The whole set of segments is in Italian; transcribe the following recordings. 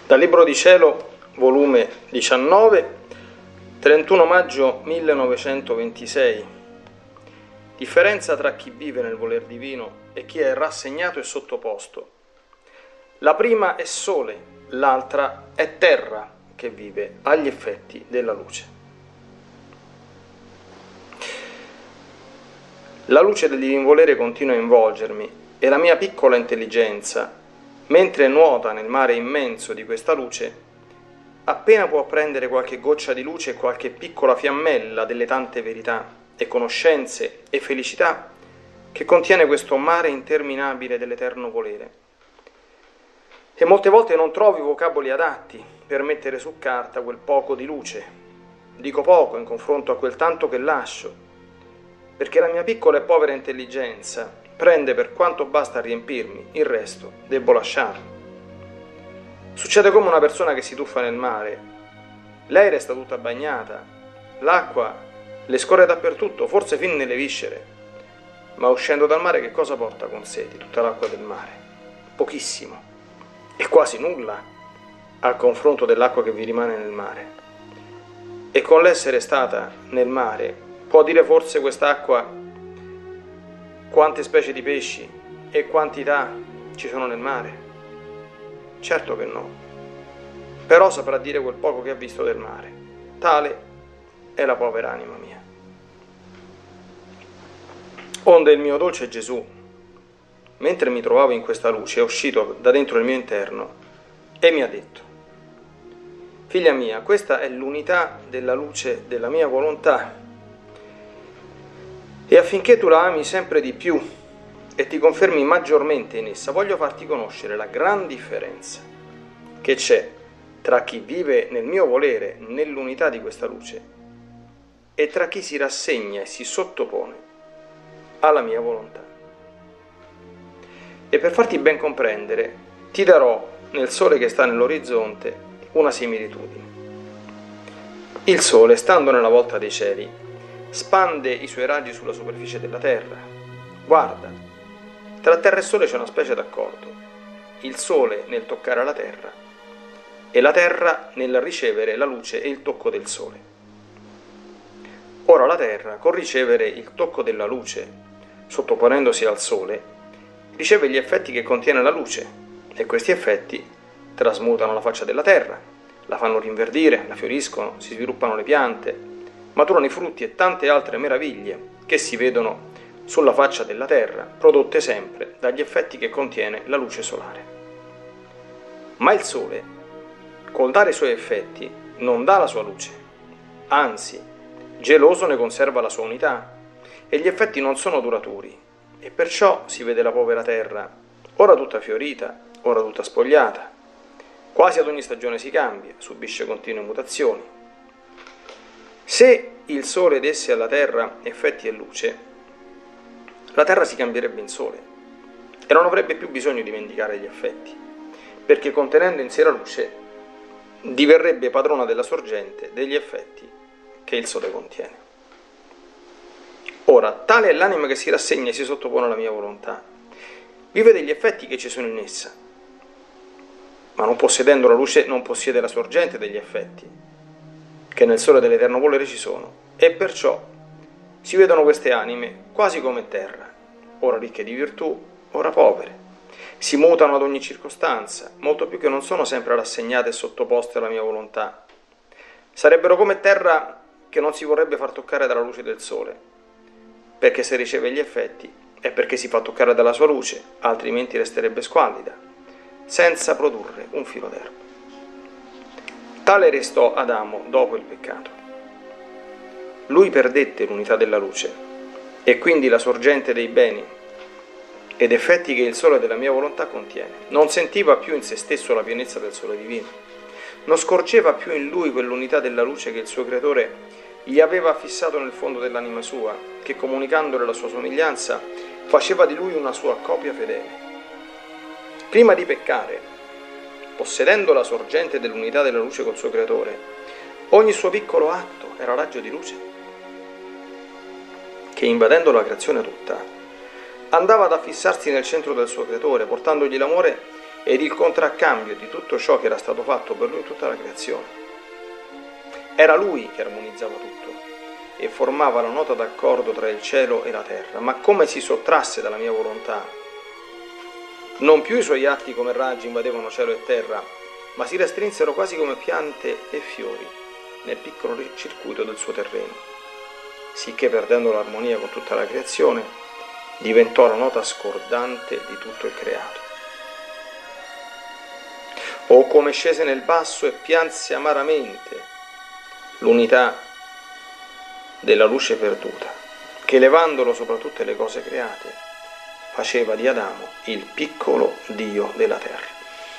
Dal Libro di Cielo, volume 19, 31 maggio 1926. Differenza tra chi vive nel voler divino e chi è rassegnato e sottoposto. La prima è sole, l'altra è terra che vive agli effetti della luce. La luce del divin volere continua a involgermi e la mia piccola intelligenza, mentre nuota nel mare immenso di questa luce, appena può prendere qualche goccia di luce e qualche piccola fiammella delle tante verità e conoscenze e felicità che contiene questo mare interminabile dell'eterno volere. E molte volte non trovo i vocaboli adatti per mettere su carta quel poco di luce. Dico poco in confronto a quel tanto che lascio, perché la mia piccola e povera intelligenza prende per quanto basta a riempirmi, il resto devo lasciarlo. Succede come una persona che si tuffa nel mare. Lei resta tutta bagnata, l'acqua le scorre dappertutto, forse fin nelle viscere, ma uscendo dal mare che cosa porta con sé di tutta l'acqua del mare? Pochissimo, e quasi nulla al confronto dell'acqua che vi rimane nel mare. E con l'essere stata nel mare, può dire forse quest'acqua quante specie di pesci e quantità ci sono nel mare? Certo che no. Però saprà dire quel poco che ha visto del mare. Tale è la povera anima mia. Onde il mio dolce Gesù, mentre mi trovavo in questa luce, è uscito da dentro il mio interno e mi ha detto: figlia mia, questa è l'unità della luce della mia volontà. E affinché tu la ami sempre di più e ti confermi maggiormente in essa, voglio farti conoscere la gran differenza che c'è tra chi vive nel mio volere, nell'unità di questa luce, e tra chi si rassegna e si sottopone alla mia volontà. E per farti ben comprendere, ti darò nel sole che sta nell'orizzonte una similitudine. Il sole, stando nella volta dei cieli, spande i suoi raggi sulla superficie della terra. Guarda, tra terra e sole c'è una specie d'accordo. Il sole nel toccare la terra e la terra nel ricevere la luce e il tocco del sole. Ora la terra, col ricevere il tocco della luce, sottoponendosi al sole, riceve gli effetti che contiene la luce, e questi effetti trasmutano la faccia della terra, la fanno rinverdire, la fioriscono, si sviluppano le piante, maturano i frutti e tante altre meraviglie che si vedono sulla faccia della terra, prodotte sempre dagli effetti che contiene la luce solare. Ma il sole, col dare i suoi effetti, non dà la sua luce, anzi, geloso ne conserva la sua unità, e gli effetti non sono duraturi, e perciò si vede la povera terra, ora tutta fiorita, ora tutta spogliata, quasi ad ogni stagione si cambia, subisce continue mutazioni. Se il sole desse alla terra effetti e luce, la terra si cambierebbe in sole e non avrebbe più bisogno di vendicare gli effetti, perché contenendo in sé la luce diverrebbe padrona della sorgente degli effetti che il sole contiene. Ora, tale è l'anima che si rassegna e si sottopone alla mia volontà, vive degli effetti che ci sono in essa, ma non possedendo la luce non possiede la sorgente degli effetti che nel sole dell'eterno volere ci sono, e perciò si vedono queste anime quasi come terra, ora ricche di virtù, ora povere, si mutano ad ogni circostanza, molto più che non sono sempre rassegnate e sottoposte alla mia volontà. Sarebbero come terra che non si vorrebbe far toccare dalla luce del sole, perché se riceve gli effetti è perché si fa toccare dalla sua luce, altrimenti resterebbe squallida, senza produrre un filo d'erba. Tale restò Adamo dopo il peccato. Lui perdette l'unità della luce e quindi la sorgente dei beni ed effetti che il sole della mia volontà contiene. Non sentiva più in se stesso la pienezza del sole divino, non scorgeva più in lui quell'unità della luce che il suo creatore gli aveva fissato nel fondo dell'anima sua, che comunicandole la sua somiglianza faceva di lui una sua copia fedele. Prima di peccare, possedendo la sorgente dell'unità della luce col suo creatore, ogni suo piccolo atto era raggio di luce, che invadendo la creazione tutta, andava ad affissarsi nel centro del suo creatore, portandogli l'amore ed il contraccambio di tutto ciò che era stato fatto per lui in tutta la creazione. Era lui che armonizzava tutto e formava la nota d'accordo tra il cielo e la terra, ma come si sottrasse dalla mia volontà, non più i suoi atti come raggi invadevano cielo e terra, ma si restrinsero quasi come piante e fiori nel piccolo circuito del suo terreno, sicché perdendo l'armonia con tutta la creazione, diventò la nota scordante di tutto il creato. O come scese nel basso e pianse amaramente l'unità della luce perduta, che levandolo sopra tutte le cose create, faceva di Adamo il piccolo Dio della terra.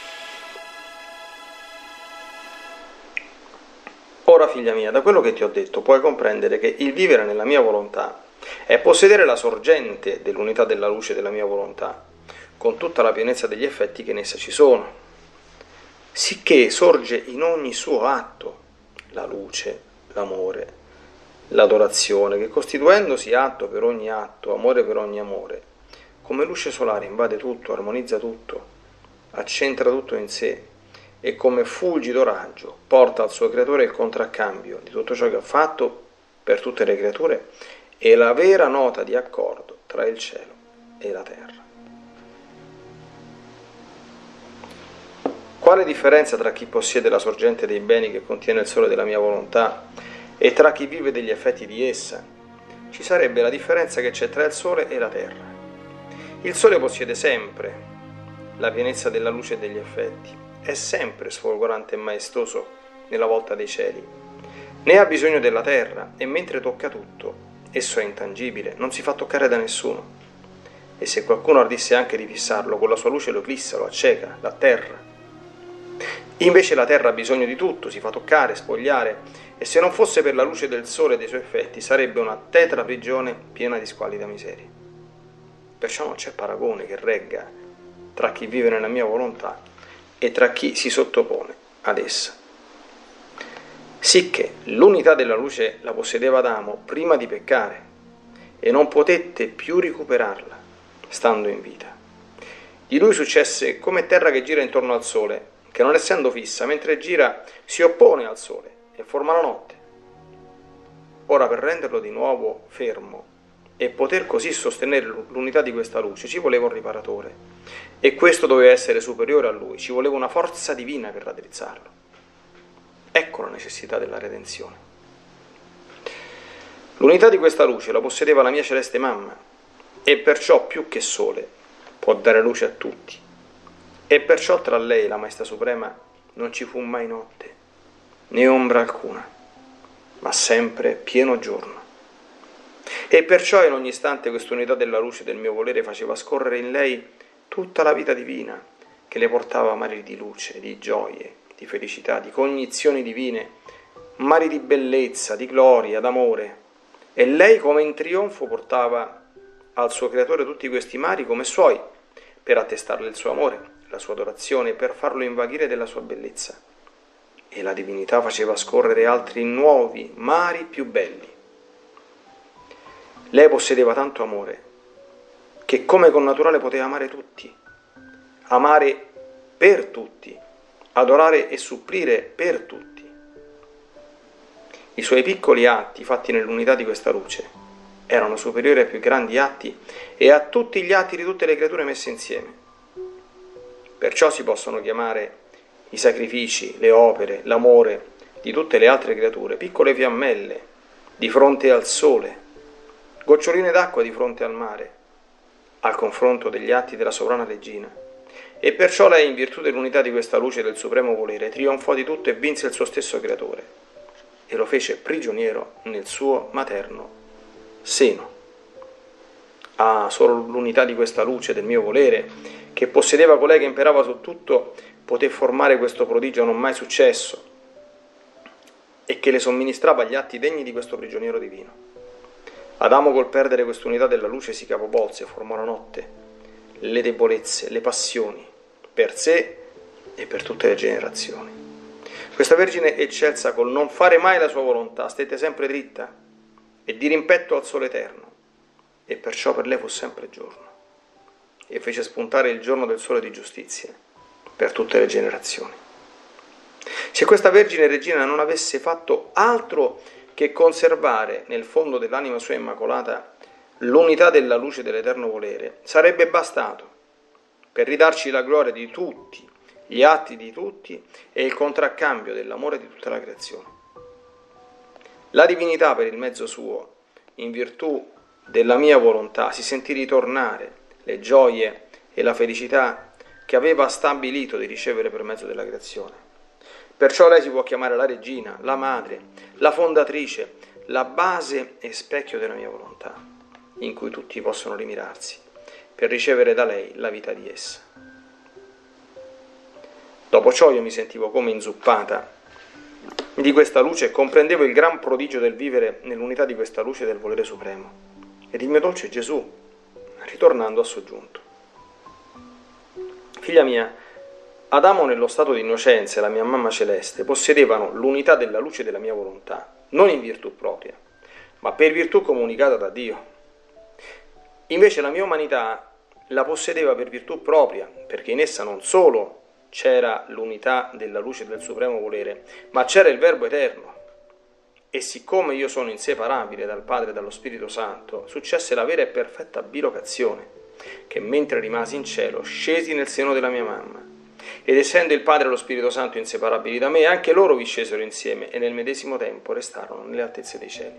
Ora, figlia mia, da quello che ti ho detto puoi comprendere che il vivere nella mia volontà è possedere la sorgente dell'unità della luce della mia volontà, con tutta la pienezza degli effetti che in essa ci sono, sicché sorge in ogni suo atto la luce, l'amore, l'adorazione, che costituendosi atto per ogni atto, amore per ogni amore, come luce solare invade tutto, armonizza tutto, accentra tutto in sé, e come fulgido raggio porta al suo creatore il contraccambio di tutto ciò che ha fatto per tutte le creature e la vera nota di accordo tra il cielo e la terra. Quale differenza tra chi possiede la sorgente dei beni che contiene il sole della mia volontà e tra chi vive degli effetti di essa? Ci sarebbe la differenza che c'è tra il sole e la terra. Il sole possiede sempre la pienezza della luce e degli effetti, è sempre sfolgorante e maestoso nella volta dei cieli, né ha bisogno della terra, e mentre tocca tutto, esso è intangibile, non si fa toccare da nessuno, e se qualcuno ardisse anche di fissarlo, con la sua luce lo eclissa, lo acceca, la atterra. Invece la terra ha bisogno di tutto, si fa toccare, spogliare, e se non fosse per la luce del sole e dei suoi effetti, sarebbe una tetra prigione piena di squallida miseria. Perciò non c'è paragone che regga tra chi vive nella mia volontà e tra chi si sottopone ad essa. Sicché l'unità della luce la possedeva Adamo prima di peccare e non potette più recuperarla, stando in vita. Di lui successe come terra che gira intorno al sole, che non essendo fissa, mentre gira si oppone al sole e forma la notte. Ora, per renderlo di nuovo fermo e poter così sostenere l'unità di questa luce, ci voleva un riparatore, e questo doveva essere superiore a lui, ci voleva una forza divina per raddrizzarlo. Ecco la necessità della redenzione. L'unità di questa luce la possedeva la mia celeste mamma, e perciò più che sole può dare luce a tutti, e perciò tra lei e la Maestà Suprema non ci fu mai notte, né ombra alcuna, ma sempre pieno giorno. E perciò in ogni istante quest'unità della luce del mio volere faceva scorrere in lei tutta la vita divina, che le portava mari di luce, di gioie, di felicità, di cognizioni divine, mari di bellezza, di gloria, d'amore. E lei come in trionfo portava al suo creatore tutti questi mari come suoi, per attestarle il suo amore, la sua adorazione, per farlo invaghire della sua bellezza. E la divinità faceva scorrere altri nuovi mari più belli. Lei possedeva tanto amore che come connaturale poteva amare tutti, amare per tutti, adorare e supplire per tutti. I suoi piccoli atti fatti nell'unità di questa luce erano superiori ai più grandi atti e a tutti gli atti di tutte le creature messe insieme. Perciò si possono chiamare i sacrifici, le opere, l'amore di tutte le altre creature piccole fiammelle di fronte al sole, goccioline d'acqua di fronte al mare, al confronto degli atti della sovrana regina. E perciò lei, in virtù dell'unità di questa luce del supremo volere, trionfò di tutto e vinse il suo stesso creatore e lo fece prigioniero nel suo materno seno. Ah, solo l'unità di questa luce del mio volere, che possedeva colei che imperava su tutto, poté formare questo prodigio non mai successo e che le somministrava gli atti degni di questo prigioniero divino. Adamo, col perdere quest'unità della luce, si capovolse, formò la notte, le debolezze, le passioni, per sé e per tutte le generazioni. Questa Vergine eccelsa col non fare mai la sua volontà, stette sempre dritta e di rimpetto al sole eterno, e perciò per lei fu sempre giorno, e fece spuntare il giorno del sole di giustizia, per tutte le generazioni. Se questa Vergine Regina non avesse fatto altro che conservare nel fondo dell'anima sua immacolata l'unità della luce dell'eterno volere, sarebbe bastato per ridarci la gloria di tutti, gli atti di tutti e il contraccambio dell'amore di tutta la creazione. La divinità, per il mezzo suo, in virtù della mia volontà, si sentì ritornare le gioie e la felicità che aveva stabilito di ricevere per mezzo della creazione. Perciò lei si può chiamare la regina, la madre, la fondatrice, la base e specchio della mia volontà, in cui tutti possono rimirarsi per ricevere da lei la vita di essa. Dopo ciò io mi sentivo come inzuppata di questa luce e comprendevo il gran prodigio del vivere nell'unità di questa luce del volere supremo. Ed il mio dolce Gesù, ritornando, ha soggiunto: figlia mia, Adamo nello stato di innocenza e la mia mamma celeste possedevano l'unità della luce della mia volontà, non in virtù propria, ma per virtù comunicata da Dio. Invece la mia umanità la possedeva per virtù propria, perché in essa non solo c'era l'unità della luce del supremo volere, ma c'era il Verbo eterno. E siccome io sono inseparabile dal Padre e dallo Spirito Santo, successe la vera e perfetta bilocazione, che mentre rimasi in cielo scesi nel seno della mia mamma. Ed essendo il Padre e lo Spirito Santo inseparabili da me, anche loro vi scesero insieme e nel medesimo tempo restarono nelle altezze dei cieli.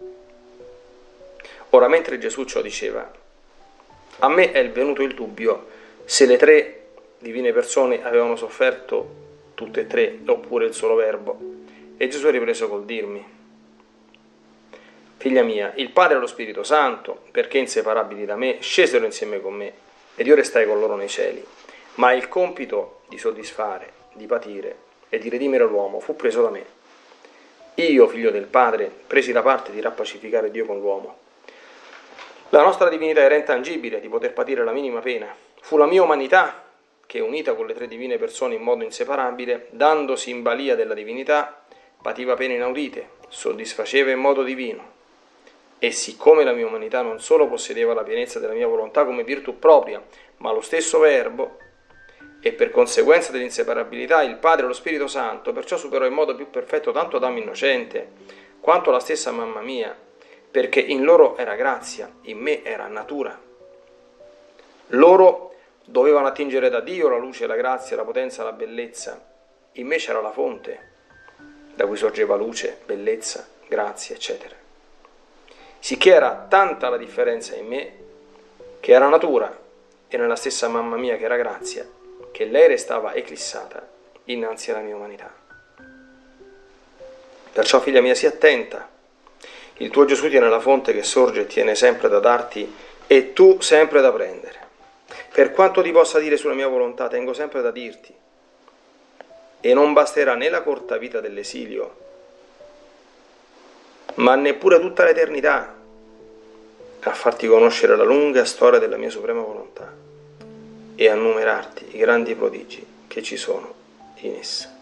Ora, mentre Gesù ciò diceva, a me è venuto il dubbio se le tre divine persone avevano sofferto tutte e tre, oppure il solo Verbo. E Gesù ha ripreso col dirmi: figlia mia, il Padre e lo Spirito Santo, perché inseparabili da me, scesero insieme con me, ed io restai con loro nei cieli. Ma il compito di soddisfare, di patire e di redimere l'uomo fu preso da me. Io, figlio del Padre, presi la parte di rappacificare Dio con l'uomo. La nostra divinità era intangibile di poter patire la minima pena. Fu la mia umanità che, unita con le tre divine persone in modo inseparabile, dandosi in balia della divinità, pativa pene inaudite, soddisfaceva in modo divino. E siccome la mia umanità non solo possedeva la pienezza della mia volontà come virtù propria, ma lo stesso Verbo, e per conseguenza dell'inseparabilità il Padre e lo Spirito Santo, perciò superò in modo più perfetto tanto Adamo innocente, quanto la stessa mamma mia, perché in loro era grazia, in me era natura. Loro dovevano attingere da Dio la luce, la grazia, la potenza, la bellezza. In me c'era la fonte, da cui sorgeva luce, bellezza, grazia, eccetera. Sicché era tanta la differenza in me, che era natura, e nella stessa mamma mia che era grazia, che lei restava eclissata innanzi alla mia umanità. Perciò, figlia mia, sii attenta. Il tuo Gesù tiene la fonte che sorge e tiene sempre da darti, e tu sempre da prendere. Per quanto ti possa dire sulla mia volontà, tengo sempre da dirti. E non basterà né la corta vita dell'esilio, ma neppure tutta l'eternità a farti conoscere la lunga storia della mia suprema volontà e a numerarti i grandi prodigi che ci sono in essa.